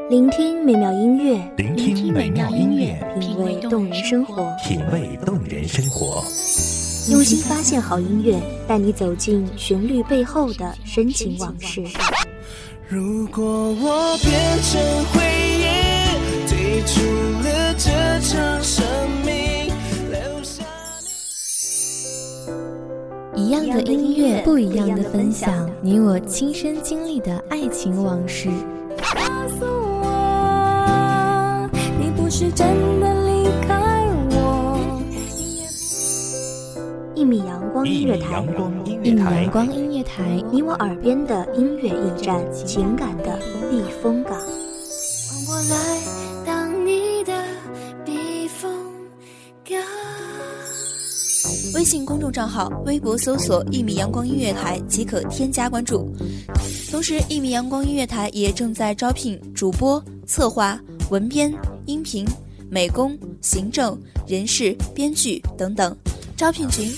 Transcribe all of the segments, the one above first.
聆听美妙音乐， 品味动人生活， 用心发现好音乐，带你走进旋律背后的深情往事。 如果我变成回忆，退出了这场生命，留下一样的音乐，不一样的分享，你我亲身经历的爱情往事。 告诉我，你不是真的离开我。 一米阳光音乐台，你我耳边的音乐驿站，情感的避风港。 让我来当你的避风港。 微信公众账号、微博搜索“一米阳光音乐台”即可添加关注。同时，一米阳光音乐台也正在招聘主播、策划、文编、音频、美工、行政、人事、编剧等等。招聘群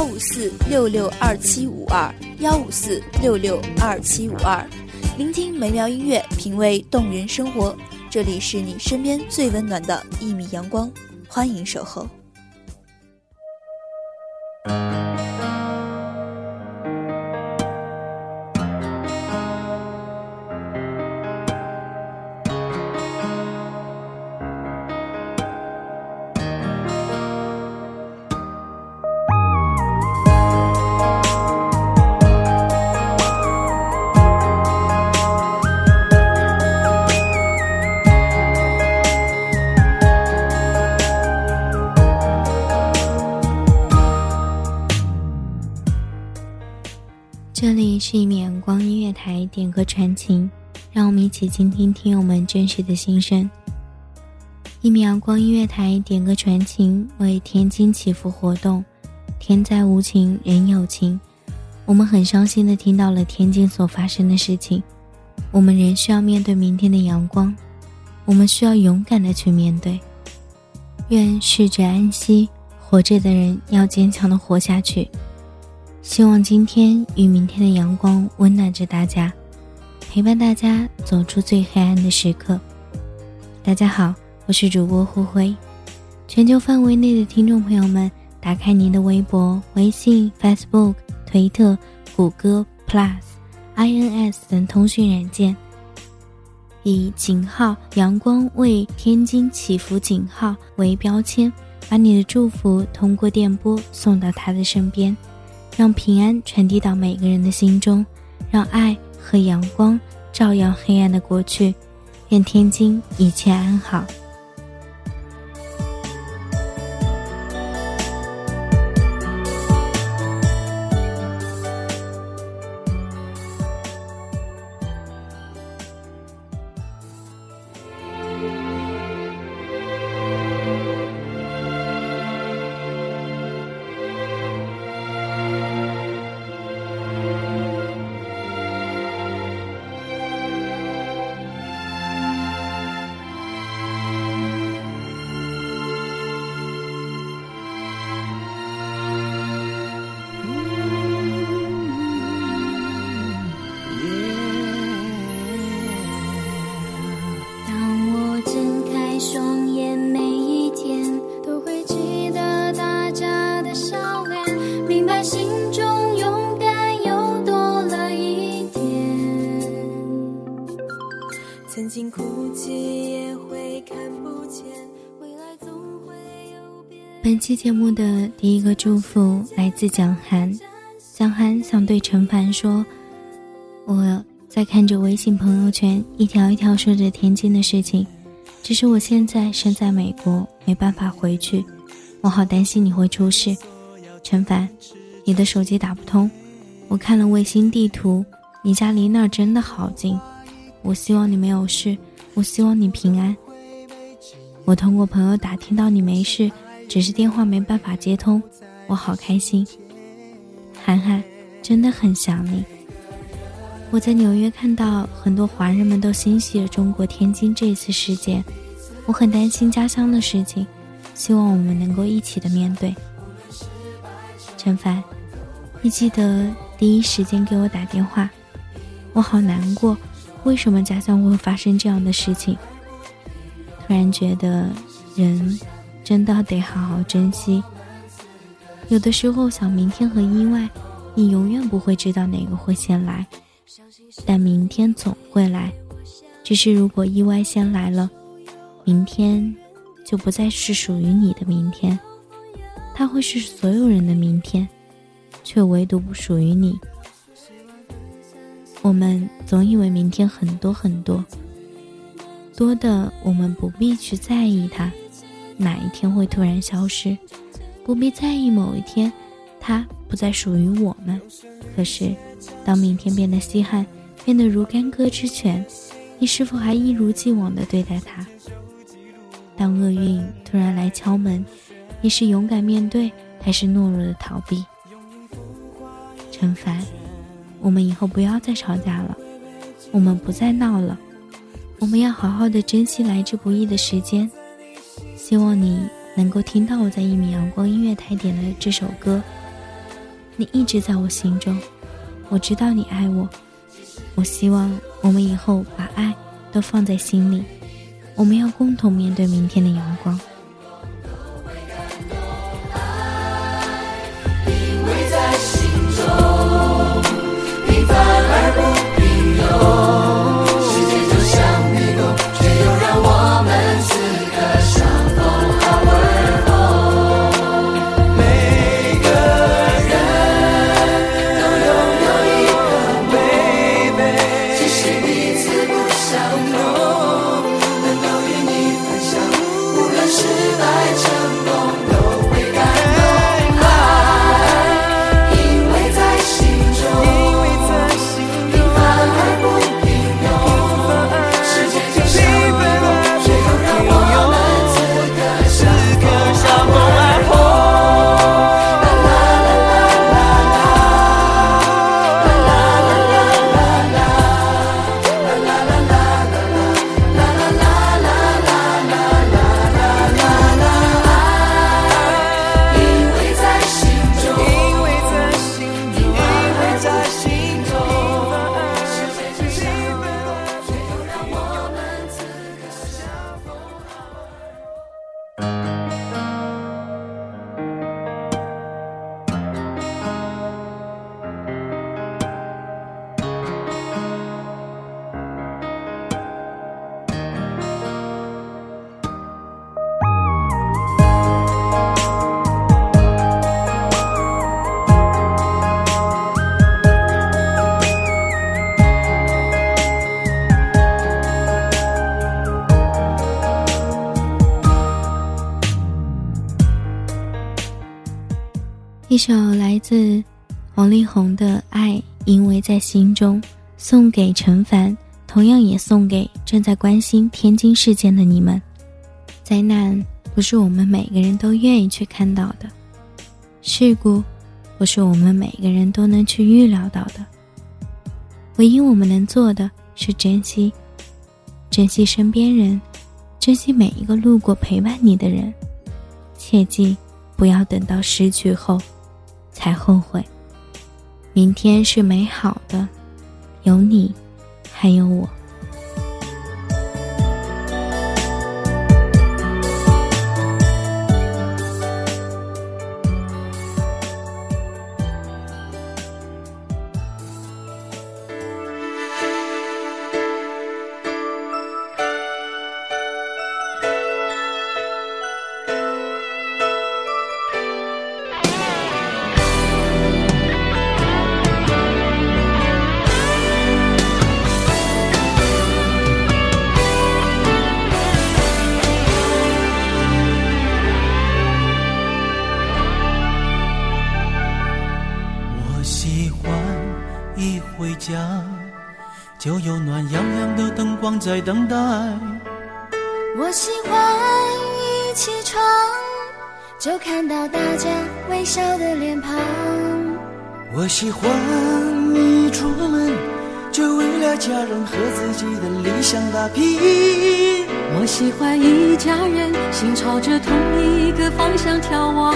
154662752，154662752。聆听美妙音乐，品味动人生活。这里是你身边最温暖的一米阳光，欢迎守候。这里是一米阳光音乐台，点歌传情，让我们一起倾听听友们真实的心声。一米阳光音乐台点歌传情为天津祈福活动，天灾无情人有情。我们很伤心地听到了天津所发生的事情，我们仍需要面对明天的阳光，我们需要勇敢地去面对。愿逝者安息，活着的人要坚强地活下去。希望今天与明天的阳光温暖着大家，陪伴大家走出最黑暗的时刻。大家好，我是主播胡辉。全球范围内的听众朋友们，打开您的微博、微信、Facebook、推特、谷歌 Plus、INS 等通讯软件，以井号阳光为天津祈福井号为标签，把你的祝福通过电波送到他的身边，让平安传递到每个人的心中，让爱和阳光照耀黑暗的过去。愿天津一切安好。 曾经哭泣也会看不见，未来总会有别。 本期节目的第一个祝福来自蒋涵。蒋涵想对陈凡说，我在看着微信朋友圈一条一条说着天津的事情，只是我现在身在美国，没办法回去，我好担心你会出事。陈凡，你的手机打不通，我看了卫星地图，你家离那儿真的好近，我希望你没有事，我希望你平安。我通过朋友打听到你没事，只是电话没办法接通，我好开心。涵涵，真的很想你。我在纽约看到很多华人们都欣喜了中国天津这次事件，我很担心家乡的事情，希望我们能够一起的面对。陈凡，你记得第一时间给我打电话，我好难过， 为什么家乡会发生这样的事情？突然觉得人真的得好好珍惜。有的时候想明天和意外，你永远不会知道哪个会先来，但明天总会来。只是如果意外先来了，明天就不再是属于你的明天，它会是所有人的明天，却唯独不属于你。我们总以为明天很多很多，多的我们不必去在意它，哪一天会突然消失，不必在意某一天它不再属于我们。可是当明天变得稀罕，变得如干戈之泉，你是否还一如既往地对待它？当厄运突然来敲门，你是勇敢面对，还是懦弱的逃避？陈凡，我们以后不要再吵架了，我们不再闹了，我们要好好的珍惜来之不易的时间。希望你能够听到我在1米阳光音乐台点的这首歌。你一直在我心中，我知道你爱我，我希望我们以后把爱都放在心里，我们要共同面对明天的阳光。 因为在心中平凡而不平庸，世界就像迷宫，却又让我们此刻相逢好而红。每个人都拥有一个梦，即使彼此不相同，能够与你分享，无论失败成功都会感动。 一首来自王力宏的《爱因为在心中》，送给陈凡，同样也送给正在关心天津事件的你们。灾难不是我们每个人都愿意去看到的，事故不是我们每个人都能去预料到的，唯一我们能做的是珍惜，珍惜身边人，珍惜每一个路过陪伴你的人。切记不要等到失去后才后悔，明天是美好的，有你还有我。 回家就有暖洋洋的灯光在等待。 我喜欢一起床就看到大家微笑的脸庞。 我喜欢一出门就为了家人和自己的理想打拼。 我喜欢一家人心朝着同一个方向眺望。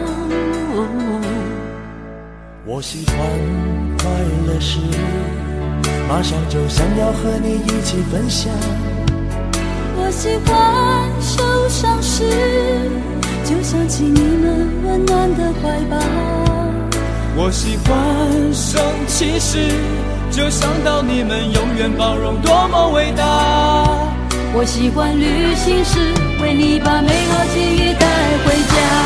我喜欢快乐时马上就想要和你一起分享。 我喜欢受伤时就想起你们温暖的怀抱， 我喜欢生气时就想到你们永远包容多么伟大， 我喜欢旅行时为你把美好际遇带回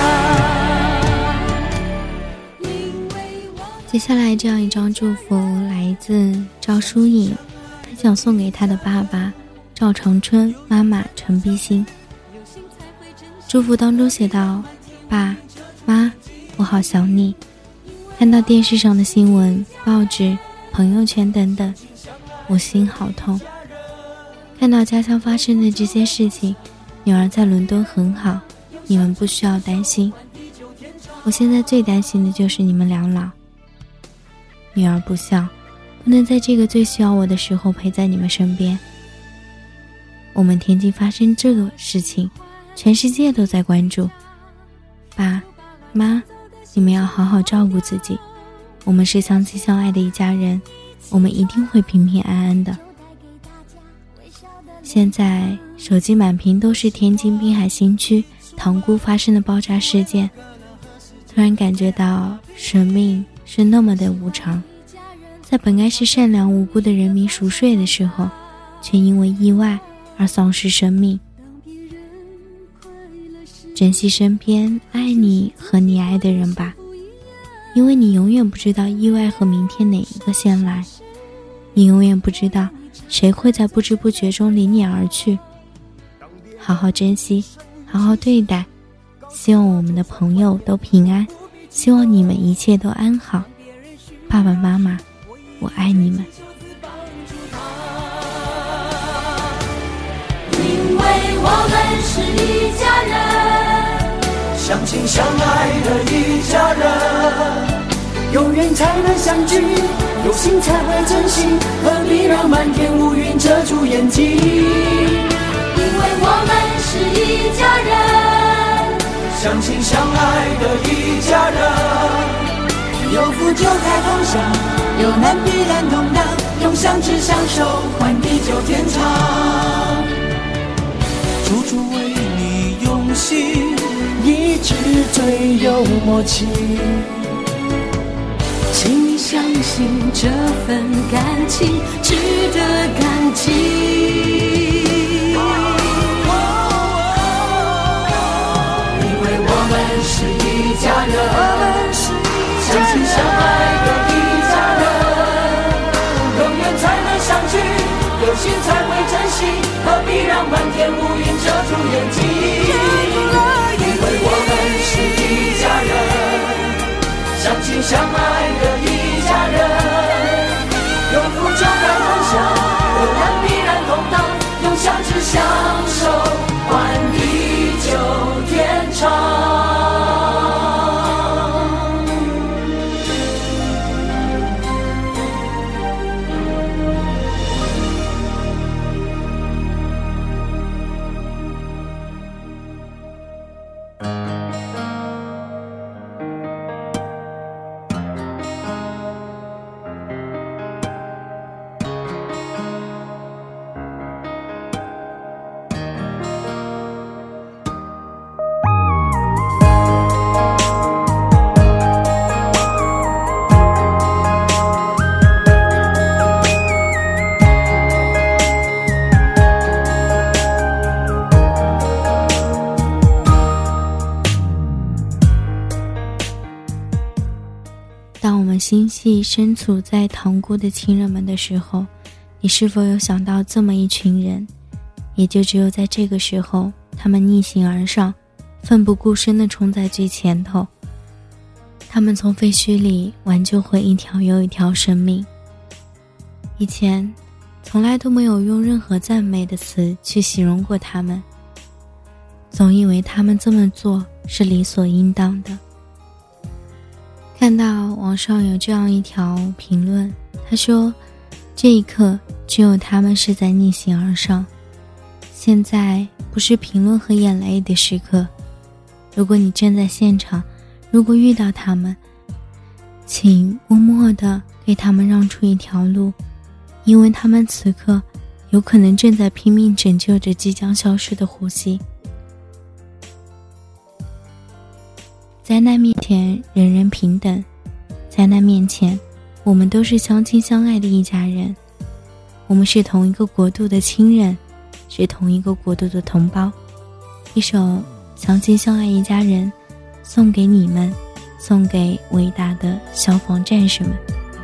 家。 接下来这样一张祝福来自赵书颖，他想送给他的爸爸赵长春，妈妈陈碧欣。祝福当中写道：爸妈，我好想你。看到电视上的新闻、报纸、朋友圈等等，我心好痛。看到家乡发生的这些事情，女儿在伦敦很好，你们不需要担心。我现在最担心的就是你们两老。女儿不孝，不能在这个最需要我的时候陪在你们身边。我们天津发生这个事情，全世界都在关注。爸妈，你们要好好照顾自己，我们是相亲相爱的一家人，我们一定会平平安安的。现在手机满屏都是天津滨海新区塘沽发生的爆炸事件，突然感觉到生命是那么的无常，在本该是善良无辜的人民熟睡的时候，却因为意外而丧失生命。珍惜身边爱你和你爱的人吧，因为你永远不知道意外和明天哪一个先来，你永远不知道谁会在不知不觉中离你而去。好好珍惜，好好对待，希望我们的朋友都平安，希望你们一切都安好。爸爸妈妈，我爱你们。 因为我们是一家人， 相亲相爱的一家人，有缘才能相聚，有心才会珍惜，何必让满天乌云遮住眼睛？ 因为我们是一家人， 相亲相爱的一家人，有福就该同享，有难必然同当，用相知相守换地久天长。处处为你用心，一直最有默契， 请你相信这份感情值得感激。 因为我们是一家人，相亲相爱的一家人，有缘才能相聚，有心才会珍惜，何必让满天乌云遮住眼睛？因为我们是一家人，相亲相爱的一家人，有福就该分享，有难必然同当，用相知相守换地久天长。 当我们心系身处在塘沽的亲人们的时候，你是否有想到这么一群人，也就只有在这个时候，他们逆行而上，奋不顾身地冲在最前头，他们从废墟里挽救回一条又一条生命。以前从来都没有用任何赞美的词去形容过他们，总以为他们这么做是理所应当的。看到网上有这样一条评论，他说，这一刻只有他们是在逆行而上，现在不是评论和眼泪的时刻。如果你正在现场，如果遇到他们，请默默地给他们让出一条路， 因为他们此刻有可能正在拼命拯救着即将消失的呼吸。灾难面前人人平等，灾难面前我们都是相亲相爱的一家人，我们是同一个国度的亲人，是同一个国度的同胞。一首相亲相爱一家人送给你们，送给伟大的消防战士们。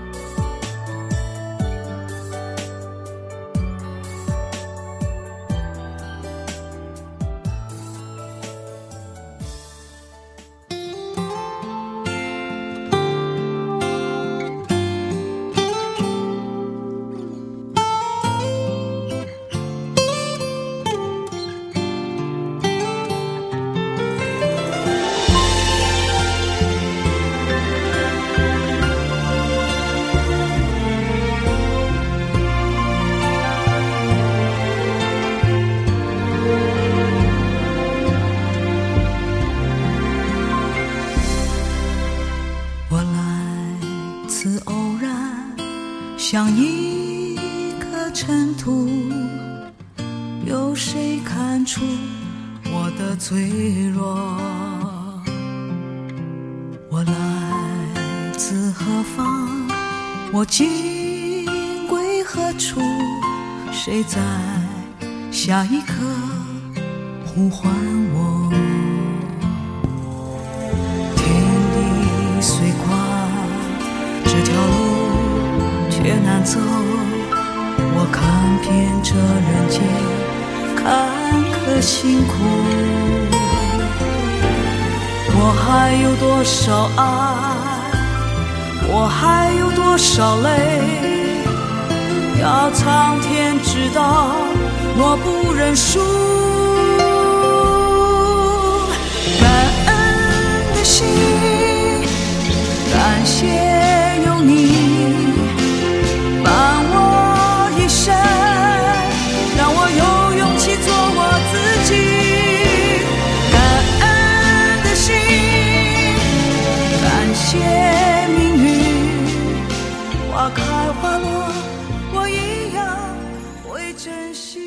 像一颗尘土，有谁看出我的脆弱？我来自何方？我今归何处？谁在下一刻呼唤我？天地虽宽，这条路却难走，我看遍这人间坎坷辛苦，我还有多少爱，我还有多少泪，要苍天知道我不认输。感恩的心，感谢有你伴我一生，让我有勇气做我自己。感恩的心，感谢命运，花开花落，我一样会珍惜。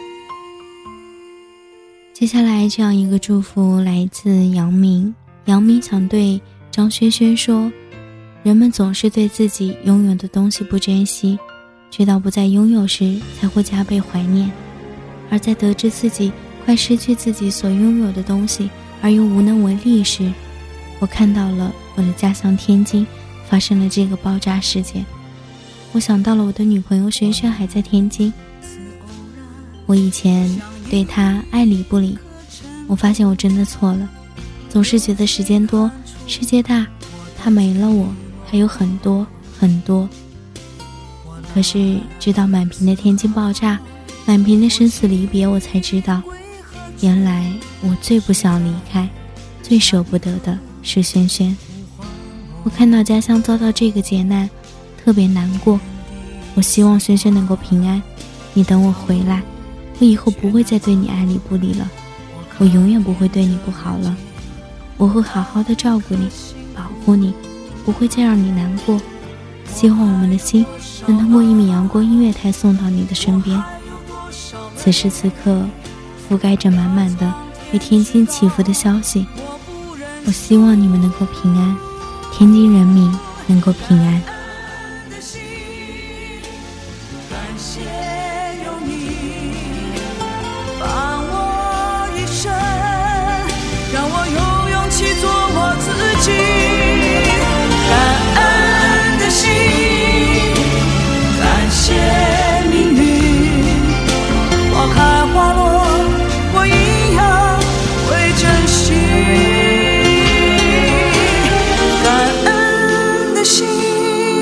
接下来这样一个祝福来自杨明。杨明想对张轩轩说，人们总是对自己拥有的东西不珍惜，直到不再拥有时才会加倍怀念，而在得知自己快失去自己所拥有的东西而又无能为力时，我看到了我的家乡天津发生了这个爆炸事件。我想到了我的女朋友轩轩还在天津，我以前对她爱理不理，我发现我真的错了，总是觉得时间多，世界大，她没了我还有很多很多。可是直到满屏的天津爆炸，满屏的生死离别，我才知道，原来我最不想离开，最舍不得的是轩轩。我看到家乡遭到这个劫难，特别难过。我希望轩轩能够平安，你等我回来，我以后不会再对你爱理不理了，我永远不会对你不好了，我会好好的照顾你，保护你，不会再让你难过。希望我们的心能通过1米阳光音乐台送到你的身边。此时此刻覆盖着满满的为天津祈福的消息，我希望你们能够平安，天津人民能够平安。 感谢有你伴我一生，让我有勇气做我自己。感恩的心，感谢命运，花开花落，我一样会珍惜。感恩的心，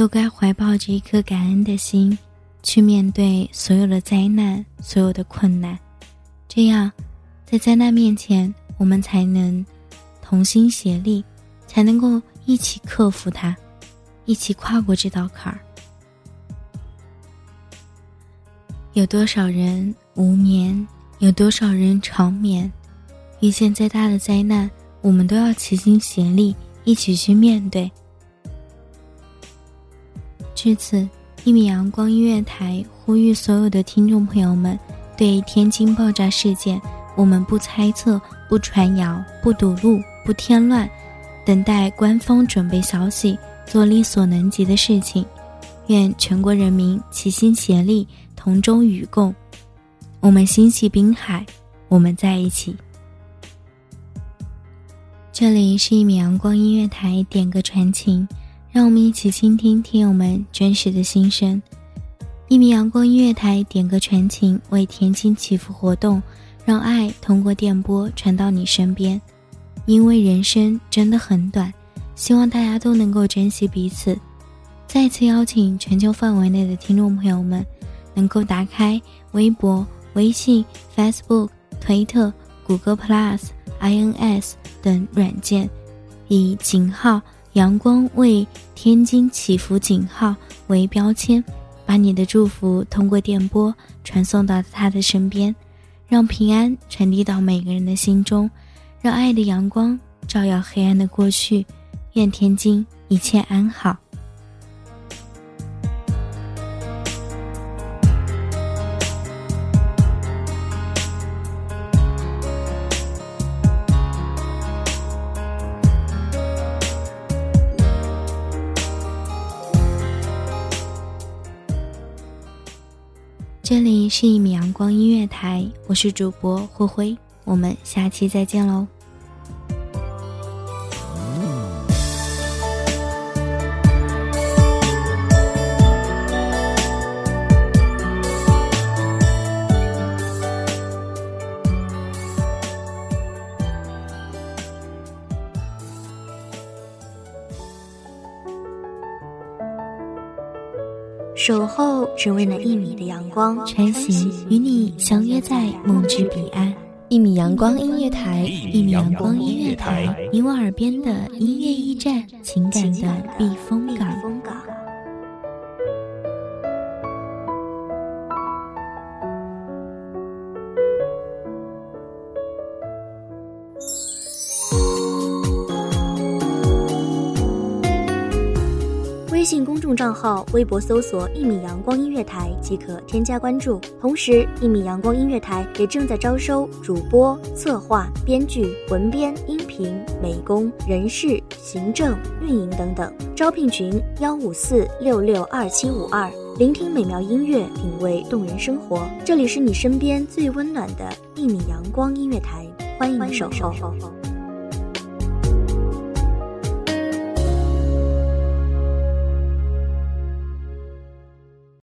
都该怀抱着一颗感恩的心，去面对所有的灾难，所有的困难。这样，在灾难面前，我们才能同心协力，才能够一起克服它，一起跨过这道坎儿。有多少人无眠，有多少人长眠，遇见再大的灾难，我们都要齐心协力，一起去面对。至此，1米阳光音乐台呼吁所有的听众朋友们，对天津爆炸事件，我们不猜测，不传谣，不堵路，不添乱，等待官方准备消息，做力所能及的事情。愿全国人民齐心协力，同舟与共。我们心系滨海，我们在一起。这里是1米阳光音乐台，点歌传情，让我们一起倾听听友们真实的心声。1米阳光音乐台，点歌传情，为天津祈福活动，让爱通过电波传到你身边。因为人生真的很短，希望大家都能够珍惜彼此。再次邀请全球范围内的听众朋友们，能够打开微博、微信、Facebook、推特、谷歌 Plus、INS 等软件，以井号阳光为天津祈福井号为标签，把你的祝福通过电波传送到他的身边，让平安传递到每个人的心中，让爱的阳光照耀黑暗的过去。愿天津一切安好。这里是1米阳光音乐台，我是主播慧慧，我们下期再见喽。 守候只为那1米的阳光， 穿行与你相约在梦之彼岸。1米阳光音乐台，1米阳光音乐台，你我耳边的音乐驿站，情感的避风港。 微信公众账号、微博搜索1米阳光音乐台即可添加关注。同时，1米阳光音乐台也正在招收主播、策划、编剧、文编、音频、美工、人事、行政、运营等等。招聘群154662752，聆听美妙音乐，品味动人生活。这里是你身边最温暖的1米阳光音乐台，欢迎你守候。